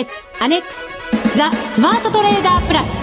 決アネックスザ・スマートトレーダープラス。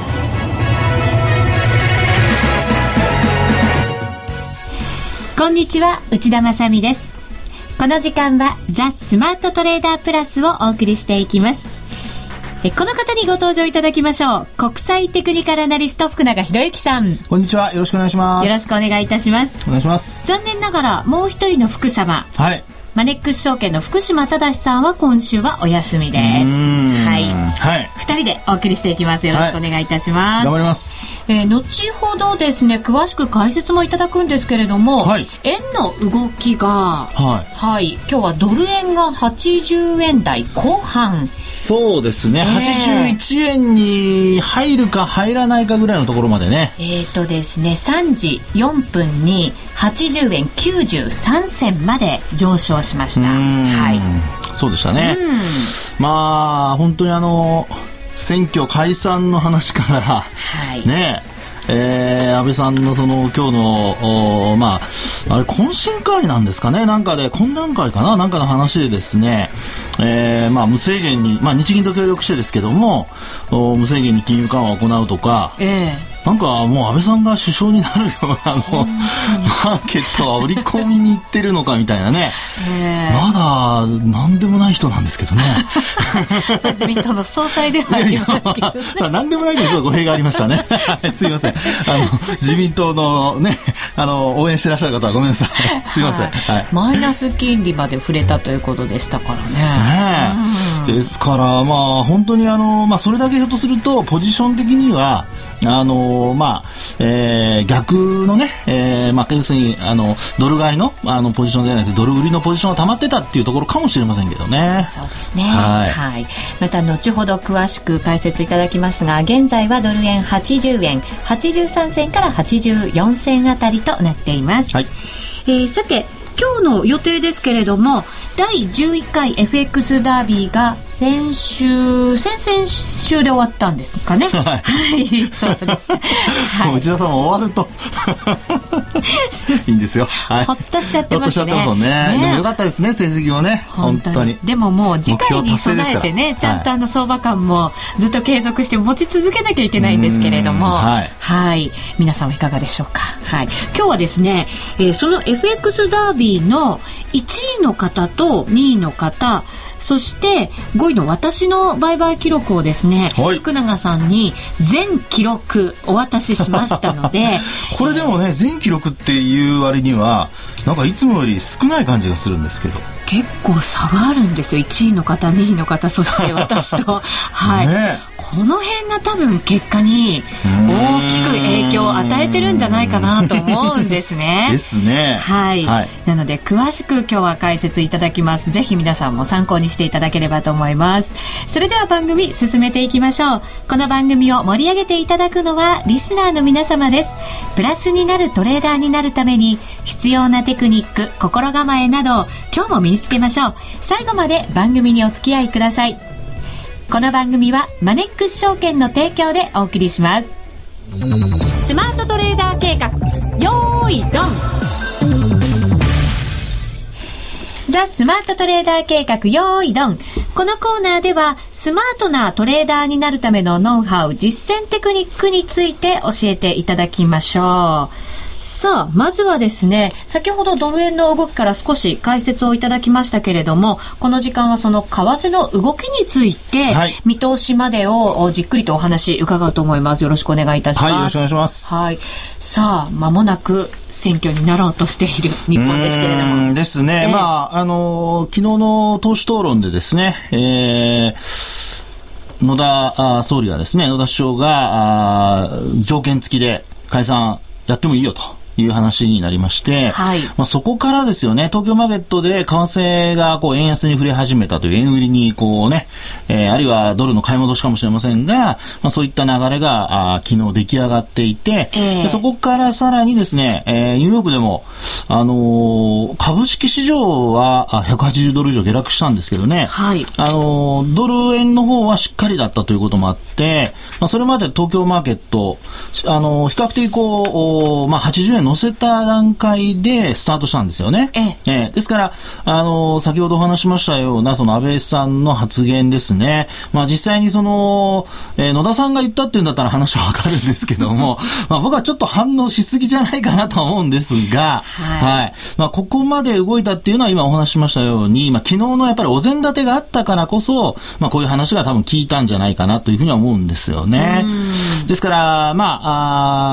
こんにちは、内田まさみです。この時間はザ・スマートトレーダープラスをお送りしていきます。この方にご登場いただきましょう。国際テクニカルアナリスト福永博之さん、 こんにちは、よろしくお願いします。 よろしくお願いいたします。 お願いします。 残念ながらもう一人の福様、 はい、 マネックス証券の福島正さんは今週はお休みです。はい、 はい、 2人でお送りしていきます。よろしくお願いいたします。 頑張ります。 後ほどですね、詳しく解説もいただくんですけれども、 はい、 円の動きが、はい、今日はドル円が80円台後半。 そうですね、81円に入るか入らないかぐらいのところまでね。 ですね、3時4分に80円93銭まで上昇しました。はい、 そうでしたね。まあ本当に選挙解散の話から、はい、ね、安倍さんのその今日のあれ懇親会なんですかね、なんかで懇談会かな、なんかの話でですね、無制限に、日銀と協力してですけども無制限に金融緩和を行うとか、なんかもう安倍さんが首相になるようなマーケットは売り込みに行ってるのかみたいなね、まだ何でもない人なんですけどね自民党の総裁ではありますけどね。 何でもないけどちょっと語弊がありましたねすいません、自民党のね応援してらっしゃる方はごめんなさいすいません、はい、 マイナス金利まで触れたということでしたからね。 ですから本当にそれだけひょっとするとポジション的には逆のね、要するにドル買いのポジションではなくてドル売りのポジションが溜まってたっていうところかもしれませんけどね。 そうですね。はい、また後ほど詳しく解説いただきますが、現在はドル円80円83銭から84銭あたりとなっています。はい、さて今日の予定ですけれども、第11回 FX ダービーが先々週で終わったんですかね。はい、そうです。 もう内田さんも終わるといいんですよ。はい、 ほっとしちゃってますね。 ほっとしちゃってますね。でもよかったですね、成績もね。本当に。でももう次回に備えてね、ちゃんと相場感もずっと継続して持ち続けなきゃいけないんですけれども、はい、皆さんはいかがでしょうか。はい、今日はですね、その FX ダービーの1位の方と2位の方、そして5位の私の売買記録をですね、福永さんに全記録お渡ししましたのでこれでもね、全記録っていう割にはなんかいつもより少ない感じがするんですけど、 結構差があるんですよ。1位の方、2位の方、そして私とはい、この辺が多分結果に大きく影響を与えてるんじゃないかなと思うんですねですね。 はい、なので詳しく今日は解説いただきます。ぜひ皆さんも参考にしていただければと思います。それでは番組進めていきましょう。この番組を盛り上げていただくのはリスナーの皆様です。プラスになるトレーダーになるために必要なテクニック、心構えなど今日も身につけましょう。最後まで番組にお付き合いください。この番組はマネックス証券の提供でお送りします。スマートトレーダー計画、よーいドン。ザ・スマートトレーダー計画、よーいドン。このコーナーではスマートなトレーダーになるためのノウハウ、実践テクニックについて教えていただきましょう。さあ、まずはですね、先ほどドル円の動きから少し解説をいただきましたけれども、この時間はその為替の動きについて、見通しまでをじっくりとお話伺うと思います。よろし昨日の選挙になろうとしている日本ですけれどもですね、昨日の党首討論でですね、野田総理がですね、野田首相が条件付きで解散やってもいいよという話になりまして、そこからですよね、東京マーケットで為替が円安に振れ始めたという、円売りにあるいはドルの買い戻しかもしれませんが、そういった流れが昨日出来上がっていて、でそこからさらにですね、ニューヨークでも株式市場は180ドル以上下落したんですけどね、ドル円の方はしっかりだったということもあって、それまで東京マーケット比較的80円載せた段階でスタートしたんですよね。ですから、先ほどお話しましたような、その安倍さんの発言ですね。実際に野田さんが言ったっていうんだったら話はわかるんですけども、僕はちょっと反応しすぎじゃないかなと思うんですが、ここまで動いたっていうのは今お話しましたように、昨日のやっぱりお膳立てがあったからこそ、こういう話が多分聞いたんじゃないかなというふうには思うんですよね。ですから、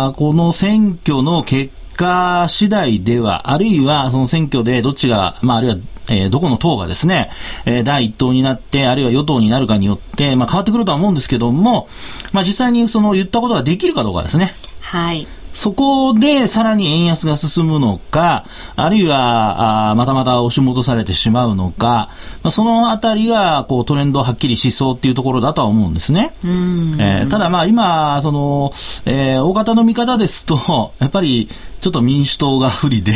この選挙の結果次第では、あるいはその選挙でどっちが、あるいはどこの党がですね、第一党になって、あるいは与党になるかによって、変わってくるとは思うんですけども、実際にその言ったことができるかどうかですね。 はい。 そこでさらに円安が進むのか、あるいはまた押し戻されてしまうのか、そのあたりがトレンドをはっきりしそうっていうところだとは思うんですね。ただ今大方の見方ですと、やっぱりちょっと民主党が不利で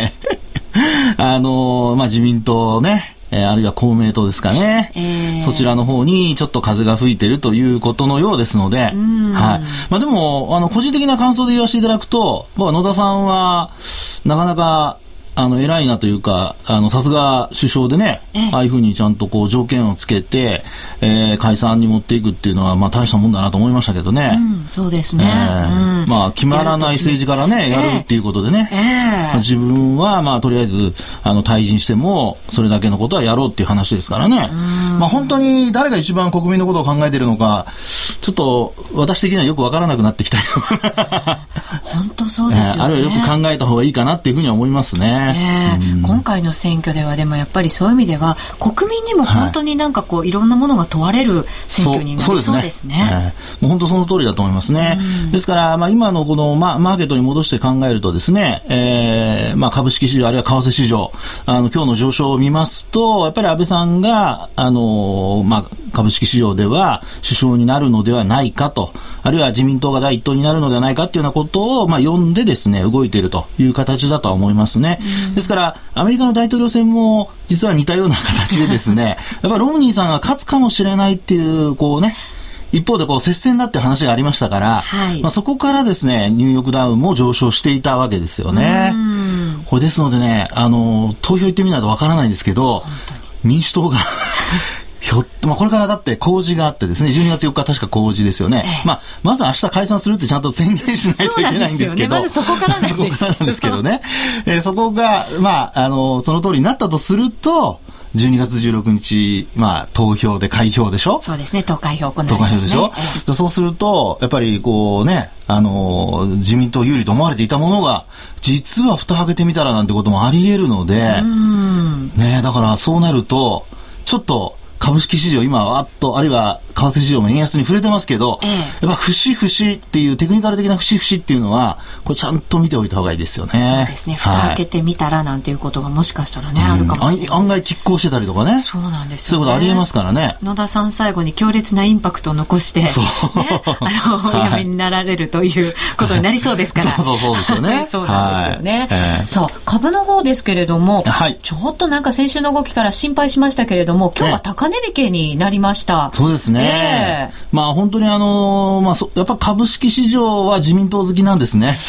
自民党ね、あるいは公明党ですかね、そちらの方にちょっと風が吹いているということのようですので、でも個人的な感想で言わせていただくと、野田さんはなかなか偉いなというか、さすが首相でね、ああいうふうにちゃんと条件をつけて、解散に持っていくっていうのは、大したもんだなと思いましたけどね。 そうですね。 決まらない政治からね、やるっていうことでね、自分はとりあえず、退陣しても、それだけのことはやろうっていう話ですからね。本当に誰が一番国民のことを考えているのか、ちょっと私的にはよくわからなくなってきたよ。 本当そうですよね。 あるいはよく考えた方がいいかなっていうふうには思いますね。 今回の選挙ではでもやっぱりそういう意味では国民にも本当にいろんなものが問われる選挙になりそうですね。 もう本当その通りだと思いますね。ですから今のこのマーケットに戻して考えるとですね、株式市場あるいは為替市場、今日の上昇を見ますと、やっぱり安倍さんが株式市場では首相になるのではないかと、あるいは自民党が第一党になるのではないかというようなことを読んでですね、動いているという形だとは思いますね。ですからアメリカの大統領選も実は似たような形でですねやっぱりロムニーさんが勝つかもしれないっていう一方で接戦だって話がありましたから、そこからですねニューヨークダウンも上昇していたわけですよね。これですのでね、投票行ってみないとわからないんですけど、民主党がこれからだって公示があってですね、12月4日確か公示ですよね。まず明日解散するってちゃんと宣言しないといけないんですけど、 まずそこからなんですけどね。そこがその通りになったとすると、12月16日、投票で開票でしょ。 そうですね、投開票行われますね。 でしょ。そうするとやっぱり自民党有利と思われていたものが実は蓋開けてみたらなんてこともあり得るので、だからそうなるとちょっと株式市場今あるいは為替市場も円安に触れてますけど、やっぱ節々っていうテクニカル的な節々っていうのはこれちゃんと見ておいた方がいいですよね。 そうですね、蓋開けてみたらなんていうことがもしかしたらね、あるかもしれない。 案外拮抗してたりとかね。 そうなんですよね。 そういうことありえますからね。 野田さん最後に強烈なインパクトを残して、お辞めになられるということになりそうですから。 そうですよね。 そうなんですよね。株の方ですけれども、ちょっと先週の動きから心配しましたけれども、今日は高値引けになりました。 そうですね。本当にやっぱ株式市場は自民党好きなんですね。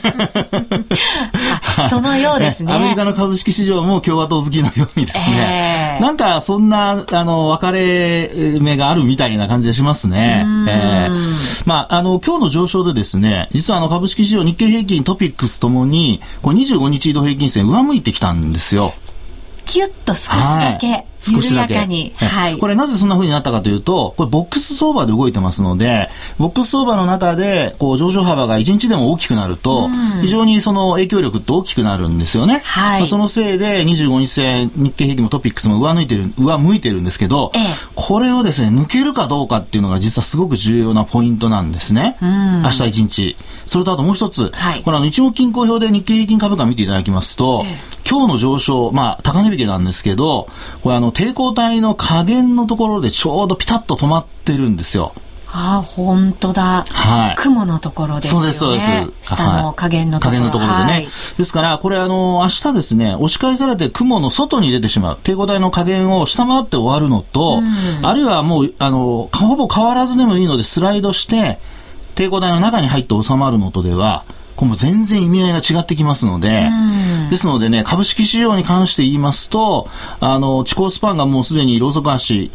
そのようですね。 アメリカの株式市場も共和党好きのようにですね、そんな分かれ目があるみたいな感じがしますね。今日の上昇でですね、実は株式市場、日経平均、トピックスともに25日移動平均線上向いてきたんですよ。 キュッと少しだけ緩やかに、 これなぜそんな風になったかというと、これボックス相場で動いてますので、ボックス相場の中で上昇幅が1日でも大きくなると、非常にその影響力って大きくなるんですよね。そのせいで25日線日経平均もトピックスも上向いてるんですけど、これをですね抜けるかどうかっていうのが実はすごく重要なポイントなんですね。明日1日、それとあともう一つ、これ一目均衡表で日経平均株価見ていただきますと、今日の上昇、高値引けなんですけど、これ抵抗体の下限のところでちょうどピタッと止まってるんですよ。 本当だ。雲のところですよね。 そうです。 下の下限のところ。 下限のところでね。ですから、これ明日ですね、押し返されて雲の外に出てしまう。抵抗体の下限を下回って終わるのと、あるいはもう、ほぼ変わらずでもいいのでスライドして、抵抗体の中に入って収まるのとでは、 これも全然意味合いが違ってきますので、ですのでね、株式市場に関して言いますと、地高スパンがもうすでにローソク足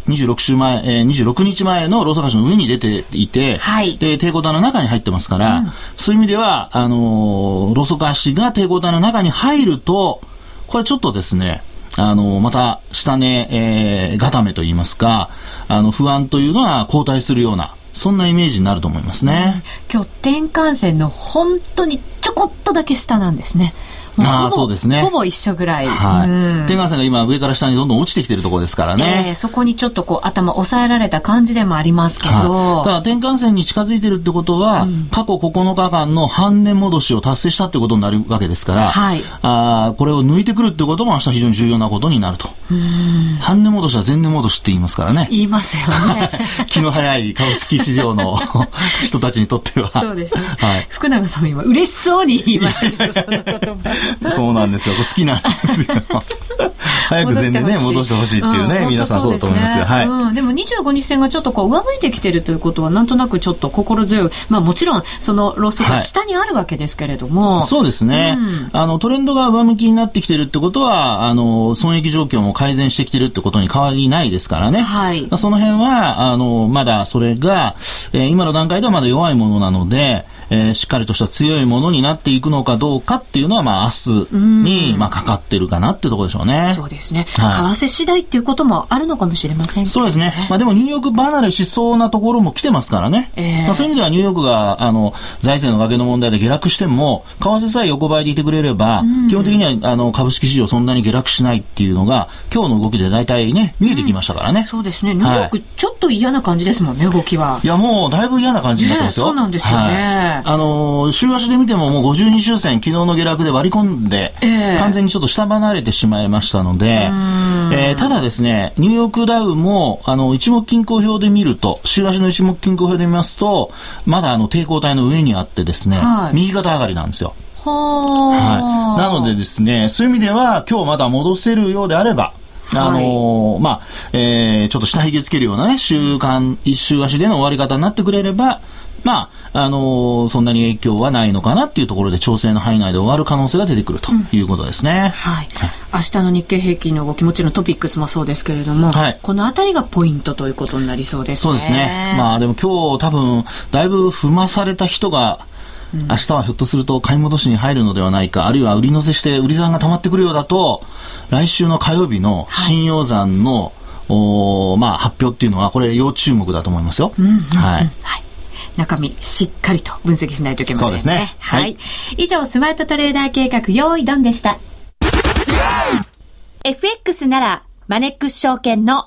26日前のローソク足の上に出ていて、はい、で抵抗体の中に入ってますから、そういう意味ではローソク足が抵抗体の中に入ると、これちょっとですね、また下値、固めといいますか、不安というのは後退するような、そんなイメージになると思いますね。 今日転換線の本当にちょこっとだけ下なんですね。 そうですね。 ほぼ一緒ぐらい。 はい。転換線が今上から下にどんどん落ちてきてるところですからね。 そこにちょっとこう頭押さえられた感じでもありますけど。 ただ転換線に近づいてるってことは、過去9日間の半値戻しを達成したってことになるわけですから、はい、これを抜いてくるってことも明日非常に重要なことになると。半値戻しは前値戻しって言いますからね。 言いますよね。 気の早い株式市場の人たちにとっては。 そうですね。はい、福永さんも今嬉しそうに言いましたけど、その言葉。 そうなんですよ。好きなんですよ。早く前年ね、戻してほしいっていうね、皆さんそうだと思いますが、はい。 でも25日線がちょっとこう上向いてきてるということは、なんとなくちょっと心強い。もちろん、そのロスが下にあるわけですけれども。 そうですね。トレンドが上向きになってきてるってことは、損益状況も改善してきてるってことに変わりないですからね。はい。その辺は、まだそれが、今の段階ではまだ弱いものなので、しっかりとした強いものになっていくのかどうかっていうのは、明日に、かかってるかなっていうところでしょうね。 そうですね。はい、為替次第っていうこともあるのかもしれませんけどね。 そうですね。でもニューヨーク離れしそうなところも来てますからね。そういう意味ではニューヨークが、財政の崖の問題で下落しても、為替さえ横ばいでいてくれれば、基本的には、株式市場そんなに下落しないっていうのが、今日の動きで大体ね、見えてきましたからね。 そうですね。ニューヨーク、ちょっと嫌な感じですもんね、動きは。 いや、もうだいぶ嫌な感じになってますよ。 そうなんですよね。 週足で見てももう52週線昨日の下落で割り込んで、完全にちょっと下離れてしまいましたので、ただですね、ニューヨークダウも一目均衡表で見ると、週足の一目均衡表で見ますと、まだ抵抗体の上にあってですね、右肩上がりなんですよ。はい。なのでですね、そういう意味では今日まだ戻せるようであれば、ちょっと下髭つけるようなね、週足での終わり方になってくれれば、そんなに影響はないのかなっていうところで調整の範囲内で終わる可能性が出てくるということですね。 はい。明日の日経平均の動き、もちろんトピックスもそうですけれども、このあたりがポイントということになりそうですね。 そうですね。でも今日多分だいぶ踏まされた人が、明日はひょっとすると買い戻しに入るのではないか、あるいは売り乗せして売り算が溜まってくるようだと、来週の火曜日の信用残の、発表っていうのはこれ要注目だと思いますよ。はい。 中身しっかりと分析しないといけませんね。そうですね。はい。以上、スマートトレーダー計画用意ドンでした。FX ならマネックス証券の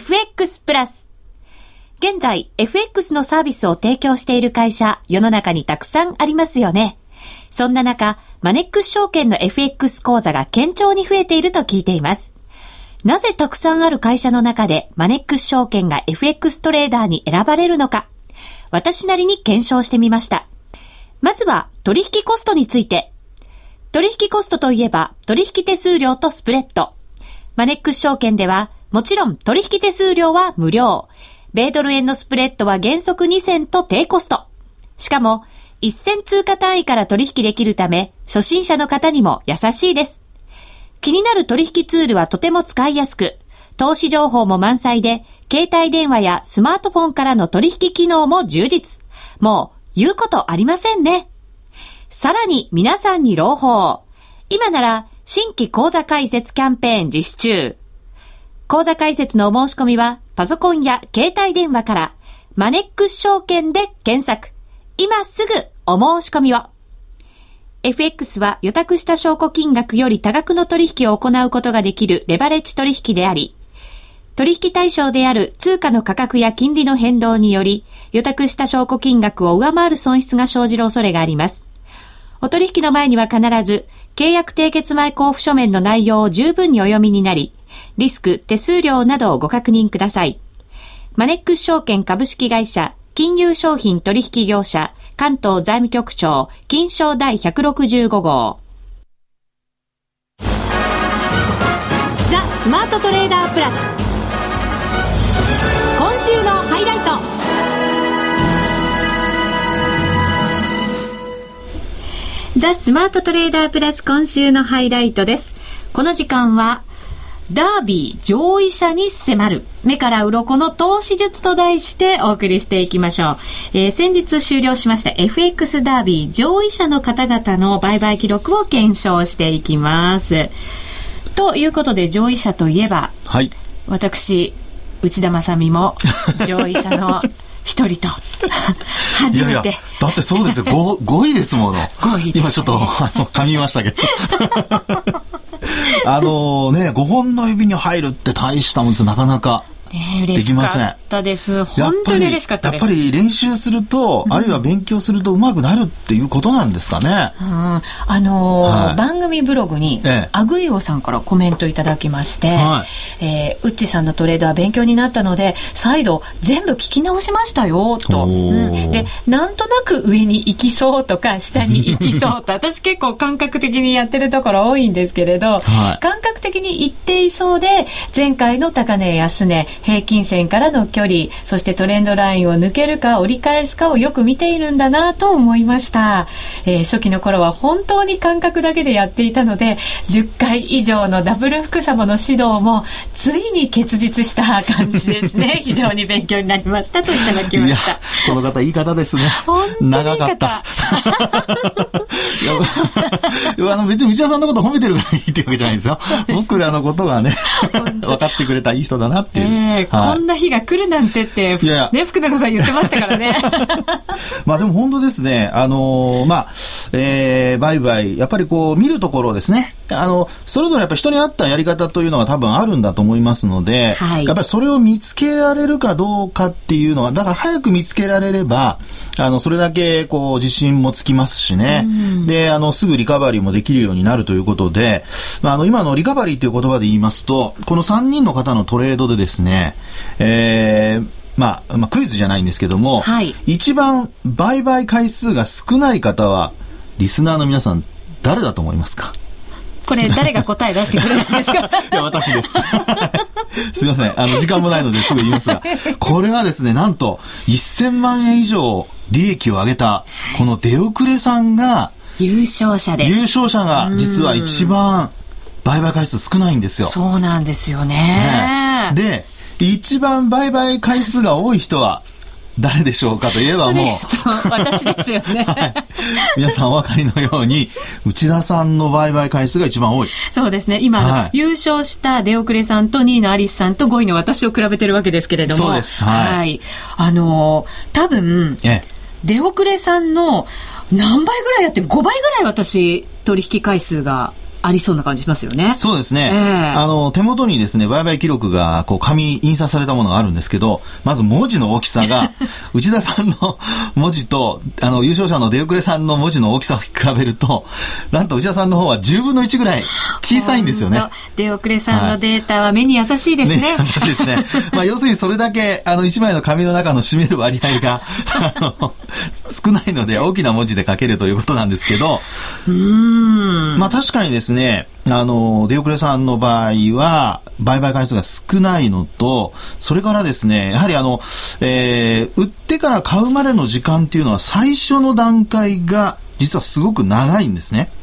FX プラス。現在 FX のサービスを提供している会社、世の中にたくさんありますよね。そんな中、マネックス証券の FX 講座が堅調に増えていると聞いています。なぜたくさんある会社の中でマネックス証券が FX トレーダーに選ばれるのか、私なりに検証してみました。まずは取引コストについて。取引コストといえば取引手数料とスプレッド。マネックス証券ではもちろん取引手数料は無料。米ドル円のスプレッドは原則2銭と低コスト。しかも1銭通貨単位から取引できるため初心者の方にも優しいです。気になる取引ツールはとても使いやすく、投資情報も満載で、携帯電話やスマートフォンからの取引機能も充実。もう言うことありませんね。さらに皆さんに朗報。今なら新規口座開設キャンペーン実施中。口座開設のお申し込みはパソコンや携帯電話からマネックス証券で検索。今すぐお申し込みを。FX は予託した証拠金額より多額の取引を行うことができるレバレッジ取引であり、取引対象である通貨の価格や金利の変動により、予託した証拠金額を上回る損失が生じる恐れがあります。お取引の前には必ず、契約締結前交付書面の内容を十分にお読みになり、リスク、手数料などをご確認ください。マネックス証券株式会社、金融商品取引業者、関東財務局長、金商第165号。ザ・スマートトレーダープラス。今週のハイライト。 ザ・スマートトレーダープラス今週のハイライトです。この時間はダービー上位者に迫る目から鱗の投資術と題してお送りしていきましょう。先日終了しました FX ダービー上位者の方々の売買記録を検証していきます。ということで上位者といえば、 はい、 私内田まさみも上位者の一人と初めて。 いやいやだってそうですよ 5位ですもの。 5位です、ね、 今ちょっと噛みましたけど5本の指に入るって大したもんです。なかなかできません。 嬉しかったです。本当に嬉しかったです。 やっぱり練習すると、あるいは勉強すると上手くなるっていうことなんですかね。 番組ブログに、アグイオさんからコメントいただきまして、ウッチさんのトレードは勉強になったので再度全部聞き直しましたよと、でなんとなく上に行きそうとか下に行きそうと私結構感覚的にやってるところ多いんですけれど、感覚的に行っていそうで前回の高値安値平均線からの距離、そしてトレンドラインを抜けるか折り返すかをよく見ているんだなと思いました。初期の頃は本当に感覚だけでやっていたので10回以上のダブル福様の指導もついに結実した感じですね。非常に勉強になりましたといただきました。 この方いい方ですね。 本当にいい方。 長かった別に内田さんのこと褒めてるからいいってわけじゃないですよ。僕らのことがね分かってくれたいい人だなっていう、 こんな日が来るなんてってね、福永さん言ってましたからねまあでも本当ですね。売買やっぱりこう見るところですね。それぞれやっぱり人に合ったやり方というのが多分あるんだと思いますので、やっぱりそれを見つけられるかどうかっていうのは、だから早く見つけられればそれだけこう自信もつきますしね、ですぐリカバリーもできるようになるということで、今のリカバリーという言葉で言いますと、この3人の方のトレードでですね、クイズじゃないんですけども、一番売買回数が少ない方はリスナーの皆さん誰だと思いますか？ これ誰が答え出してくれるんですか？ いや私ですすいません、時間もないのですぐ言いますが、これはですね、なんと1000万円以上利益を上げたこの出遅れさんが優勝者です。 優勝者が実は一番売買回数少ないんですよ。 そうなんですよね。 で一番売買回数が多い人は誰でしょうかといえばもう私ですよね、 皆さんお分かりのように内田さんの売買回数が一番多い。 そうですね。今、優勝した出遅れさんと2位のアリスさんと5位の私を比べてるわけですけれども、 そうです、 多分、出遅れさんの何倍ぐらいやって5倍ぐらい私取引回数がありそうな感じしますよね。 そうですね、手元にですね売買記録がこう紙印刷されたものがあるんですけど、まず文字の大きさが内田さんの文字と優勝者の出遅れさんの文字の大きさを比べると、なんと内田さんの方は10分の1ぐらい小さいんですよね。 出遅れさんのデータは目に優しいですね。 優しいですね要するにそれだけ1枚の紙の中の占める割合が少ないので大きな文字で書けるということなんですけど、確かにですね、出遅れさんの場合は売買回数が少ないのと、それからですね、やはり売ってから買うまでの時間っていうのは最初の段階が実はすごく長いんですね。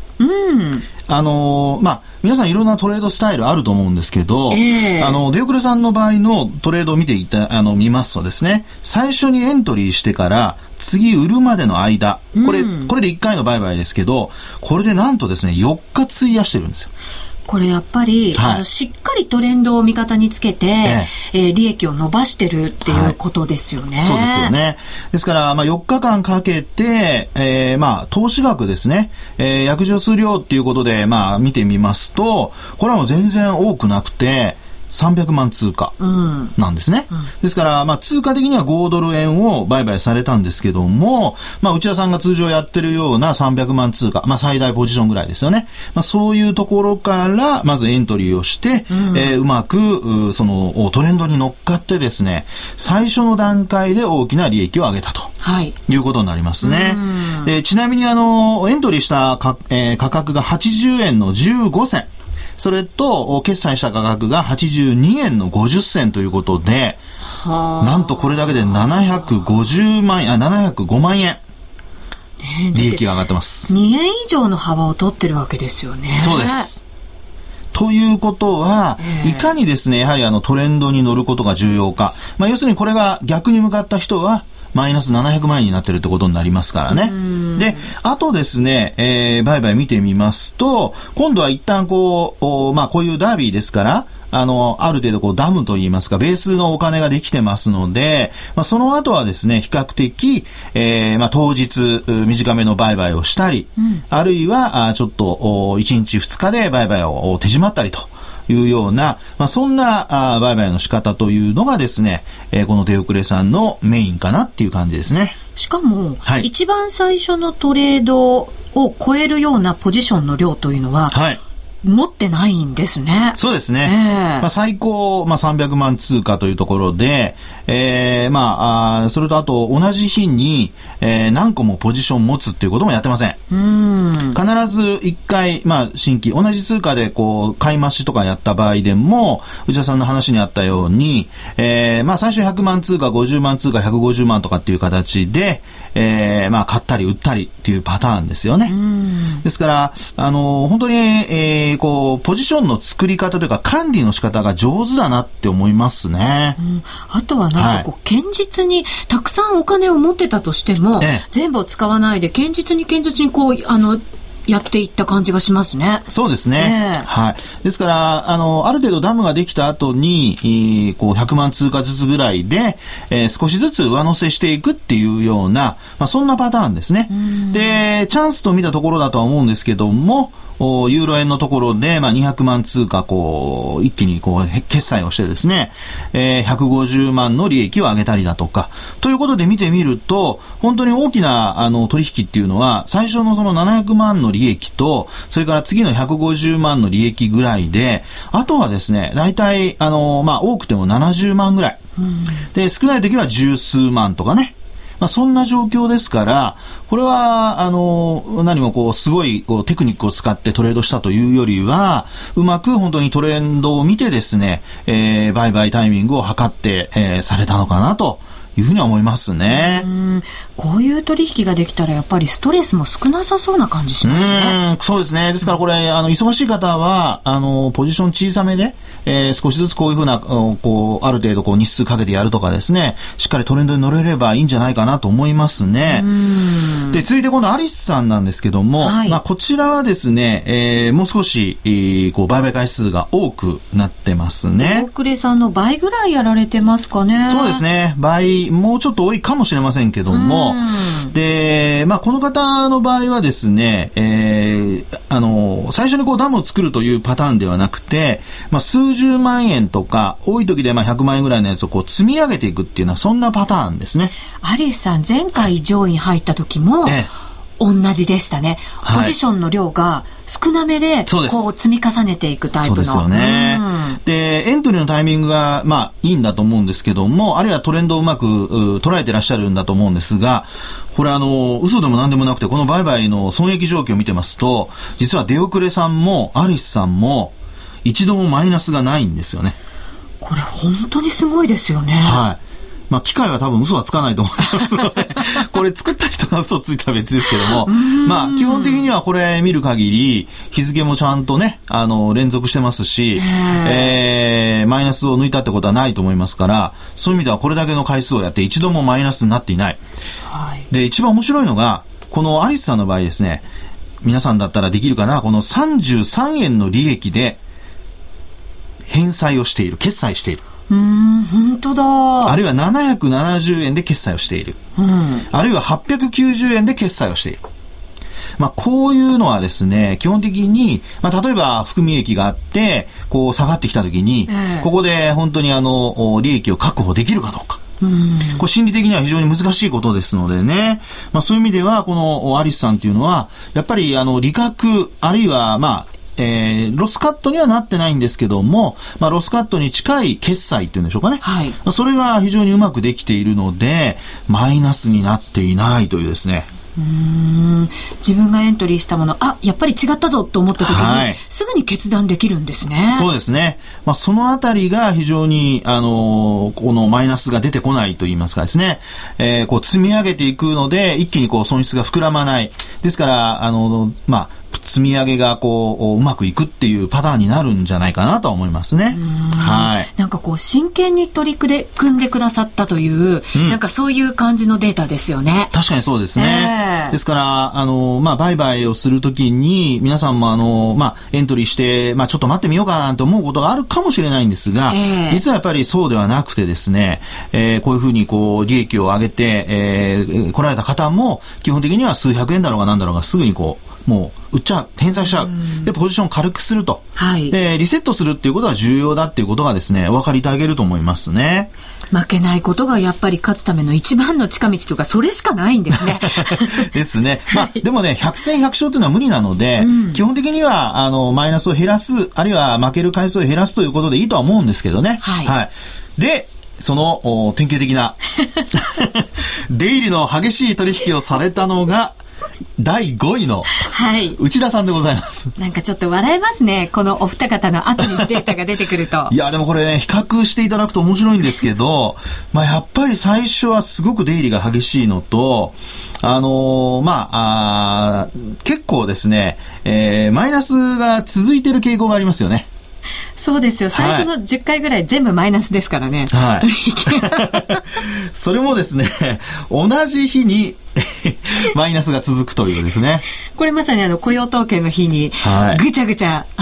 皆さんいろんなトレードスタイルあると思うんですけど、出遅れさんの場合のトレードを見ますとですね、最初にエントリーしてから次売るまでの間、これで1回の売買ですけど、これでなんとですね4日費やしてるんですよ。 これやっぱり、しっかりトレンドを味方につけて、利益を伸ばしてるっていうことですよね。 そうですよね。ですから4日間かけて、投資額ですね、約定数量っていうことで見てみますと、これはもう全然多くなくて300万通貨なんですね。ですから、通貨的には5ドル円を売買されたんですけども、内田さんが通常やってるような300万通貨、最大ポジションぐらいですよね。そういうところからまずエントリーをして、うまくそのトレンドに乗っかってですね、最初の段階で大きな利益を上げたと、いうことになりますね。でちなみにエントリーした価格が80円の15銭。それと決済した価格が82円の50銭ということで、なんとこれだけで705万円利益が上がってます。 2円以上の幅を取ってるわけですよね。 そうです。ということは、いかにですね、やはりトレンドに乗ることが重要か。要するにこれが逆に向かった人は、マイナス700万円になってるってことになりますからね。で、あとですね、売買見てみますと、今度は一旦こういうダービーですから、ある程度ダムといいますか、ベースのお金ができてますので、その後はですね、比較的、当日、短めの売買をしたり、あるいは、ちょっと、1日2日で売買を手締まったりというような、そんな売買の仕方というのがですね、この出遅れさんのメインかなっていう感じですね。 しかも、一番最初のトレードを超えるようなポジションの量というのは、持ってないんですね。 そうですね。最高、300万通貨というところで、それとあと同じ日に、何個もポジション持つっていうこともやってません。必ず1回、新規、同じ通貨で買い増しとかやった場合でも、内田さんの話にあったように、最初100万通貨、50万通貨、150万とかっていう形で、買ったり売ったりっていうパターンですよね。ですから、本当に、ポジションの作り方というか管理の仕方が上手だなって思いますね。 あとは堅実にたくさんお金を持ってたとしても、全部を使わないで堅実にやっていった感じがしますね。 そうですね。ですから、ある程度ダムができた後に、100万通貨ずつぐらいで、少しずつ上乗せしていくっていうような、そんなパターンですね。で、チャンスと見たところだとは思うんですけども、ユーロ円のところで、200万通貨、一気に決済をしてですね、150万の利益を上げたりだとか、ということで見てみると、本当に大きな、取引っていうのは、最初のその700万の利益と、それから次の150万の利益ぐらいで、あとはですね、大体、多くても70万ぐらい。で、少ない時は十数万とかね。そんな状況ですから、これは、何もすごいテクニックを使ってトレードしたというよりは、うまく本当にトレンドを見てですね、売買タイミングを測って、されたのかなというふうには思いますね。 こういう取引ができたらやっぱりストレスも少なさそうな感じしますね。 そうですね。ですからこれ、忙しい方は、ポジション小さめで、少しずつこういうふうな、ある程度日数かけてやるとかですね、しっかりトレンドに乗れればいいんじゃないかなと思いますね。で、続いてこのアリスさんなんですけども、こちらはですね、もう少し、売買回数が多くなってますね。 出遅れさんの倍ぐらいやられてますかね。 そうですね。倍、もうちょっと多いかもしれませんけども、で、この方の場合はですね、最初にダムを作るというパターンではなくて、数十万円とか、多い時で100万円ぐらいのやつを積み上げていくっていうのは、そんなパターンですね。 アリスさん、前回上位に入った時も、同じでしたね。ポジションの量が少なめで、積み重ねていくタイプの。 そうですよね。で、エントリーのタイミングが、いいんだと思うんですけども、あるいはトレンドをうまく捉えてらっしゃるんだと思うんですが、これ嘘でも何でもなくて、この売買の損益状況を見てますと、実は出遅れさんもアリスさんも、一度もマイナスがないんですよね。 これ本当にすごいですよね。 機械は多分嘘はつかないと思いますので、これ作った人が嘘ついたら別ですけども、基本的にはこれ見る限り、日付もちゃんとね、連続してますし、マイナスを抜いたってことはないと思いますから、そういう意味ではこれだけの回数をやって一度もマイナスになっていない。で、一番面白いのが、このアリスさんの場合ですね、皆さんだったらできるかな、この33円の利益で、返済をしている、決済している。 本当だ。 あるいは770円で決済をしている。あるいは890円で決済をしている。こういうのはですね、基本的に、例えば含み益があって、下がってきたときに、ここで本当に利益を確保できるかどうか。これ心理的には非常に難しいことですのでね。そういう意味では、このアリスさんっていうのは、やっぱり利確、あるいはロスカットにはなってないんですけども、ロスカットに近い決済っていうんでしょうかね。 はい、 それが非常にうまくできているので、マイナスになっていないというですね。 自分がエントリーしたもの、やっぱり違ったぞと思った時に、すぐに決断できるんですね。 そうですね。そのあたりが非常に、このマイナスが出てこないと言いますかですね、こう積み上げていくので、一気にこう損失が膨らまない。ですから、積み上げがうまくいくっていうパターンになるんじゃないかなと思いますね。はい。 なんか真剣に取り組んでくださったという、なんかそういう感じのデータですよね。 確かにそうですね。ですから、売買をするときに、皆さんもエントリーして、ちょっと待ってみようかなと思うことがあるかもしれないんですが、実はやっぱりそうではなくてですね、こういうふうに利益を上げて、来られた方も、基本的には数百円だろうが何だろうがすぐにもう売っちゃう、返済しちゃう。で、ポジションを軽くすると。で、リセットするっていうことは重要だっていうことがですね、お分かりいただけると思いますね。 負けないことがやっぱり勝つための一番の近道というか、それしかないんですね。 ですね。でもね、100戦100勝というのは無理なので、基本的には、マイナスを減らす、あるいは負ける回数を減らすということでいいとは思うんですけどね。で、その、典型的な、出入りの激しい取引をされたのが、第5位の内田さんでございます。 なんかちょっと笑えますね。このお二方の後にデータが出てくると。 いや、でもこれね、比較していただくと面白いんですけど、やっぱり最初はすごく出入りが激しいのと、結構ですね、マイナスが続いている傾向がありますよね。 そうですよ。最初の10回ぐらい全部マイナスですからね。取引それもですね、同じ日にマイナスが続くというですね。 これまさに雇用統計の日にぐちゃぐちゃ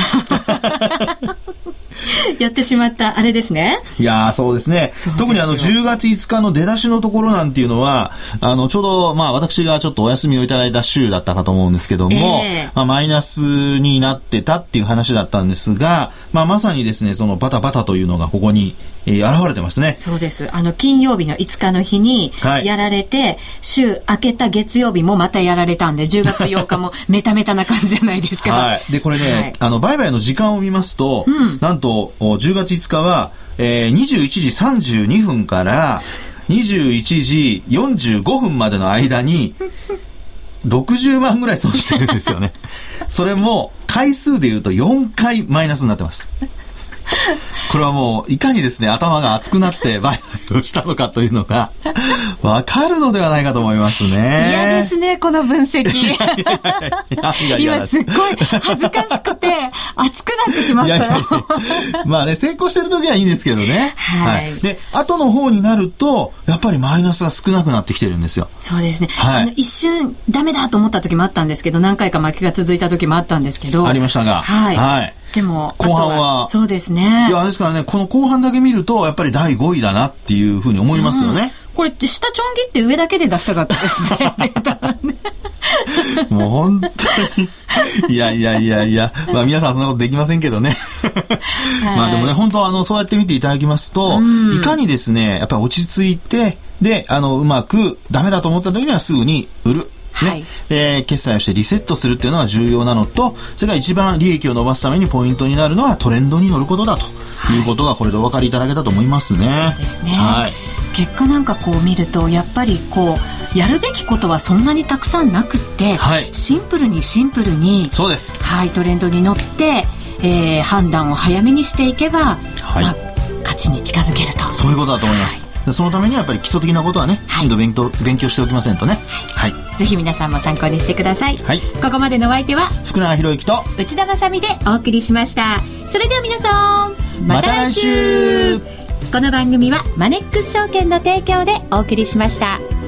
やってしまったあれですね。 いやー、そうですね。特に10月5日の出だしのところなんていうのは、ちょうど私がちょっとお休みをいただいた週だったかと思うんですけども、マイナスになってたっていう話だったんですが、まさにですね、そのバタバタというのがここに現れてますね。 そうです。金曜日の5日の日にやられて、週明けた月曜日もまたやられたんで、10月8日もメタメタな感じじゃないですか。 で、これね、売買の時間を見ますと、なんと10月5日は、21時32分から21時45分までの間に60万ぐらい損してるんですよね。それも回数でいうと4回マイナスになってます。これはもういかにですね、頭が熱くなって売買をしたのかというのがわかるのではないかと思いますね。 嫌ですね、この分析。今すっごい恥ずかしくて熱くなってきましたよ。 成功してる時はいいんですけどね。で、後の方になるとやっぱりマイナスが少なくなってきてるんですよ。 そうですね。一瞬ダメだと思った時もあったんですけど、何回か負けが続いた時もあったんですけど。 ありましたが。 でも後半はそうですね。 いや、ですからね、この後半だけ見るとやっぱり第5位だなっていうふうに思いますよね。 これ下ちょん切って上だけで出したかったですね。 もう本当にいや皆さんそんなことできませんけどね。でもね、本当そうやって見ていただきますと、いかにですね、やっぱり落ち着いて、でうまくダメだと思った時にはすぐに売る。決済をしてリセットするっていうのが重要なのと、それから一番利益を伸ばすためにポイントになるのはトレンドに乗ることだということがこれでお分かりいただけたと思いますね。 そうですね。結果なんか見るとやっぱりやるべきことはそんなにたくさんなくって、シンプルにそうです。 トレンドに乗って、判断を早めにしていけば、勝ちに近づけると。 そういうことだと思います。そのためにはやっぱり基礎的なことはね、きちんと勉強しておきませんとね。 ぜひ皆さんも参考にしてください。ここまでのお相手は福永博之と内田まさみでお送りしました。それでは皆さん、また来週。この番組はマネックス証券の提供でお送りしました。